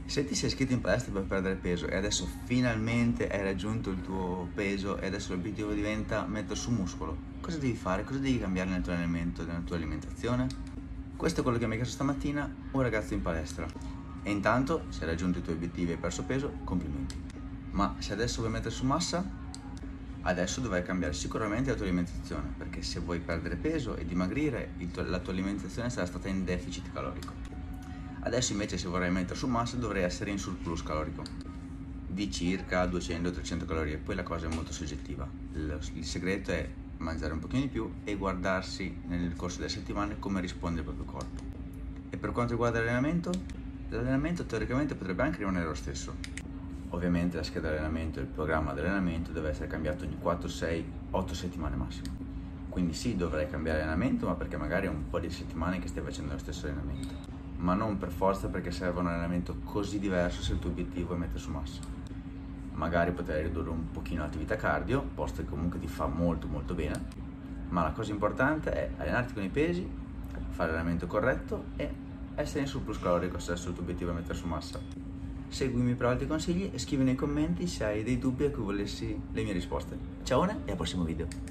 Se ti sei iscritto in palestra per perdere peso e adesso finalmente hai raggiunto il tuo peso e adesso l'obiettivo diventa mettere su muscolo, cosa devi fare? Cosa devi cambiare nel tuo allenamento, nella tua alimentazione? Questo è quello che mi ha chiesto stamattina un ragazzo in palestra. E intanto, se hai raggiunto i tuoi obiettivi e hai perso peso, complimenti. Ma se adesso vuoi mettere su massa, adesso dovrai cambiare sicuramente la tua alimentazione, perché se vuoi perdere peso e dimagrire, la tua alimentazione sarà stata in deficit calorico. Adesso invece se vorrai mettere su massa dovrei essere in surplus calorico di circa 200-300 calorie, poi la cosa è molto soggettiva. Il segreto è mangiare un pochino di più e guardarsi nel corso delle settimane come risponde il proprio corpo. E per quanto riguarda l'allenamento teoricamente potrebbe anche rimanere lo stesso. Ovviamente la scheda di allenamento e il programma di allenamento deve essere cambiato ogni 4, 6, 8 settimane massimo. Quindi sì, dovrai cambiare allenamento, ma perché magari è un po' di settimane che stai facendo lo stesso allenamento. Ma non per forza perché serve un allenamento così diverso se il tuo obiettivo è mettere su massa. Magari potrai ridurre un pochino l'attività cardio, posto che comunque ti fa molto molto bene, ma la cosa importante è allenarti con i pesi, fare l'allenamento corretto e essere in surplus calorico se adesso il tuo obiettivo è mettere su massa. Seguimi per altri consigli e scrivi nei commenti se hai dei dubbi a cui volessi le mie risposte. Ciao e al prossimo video!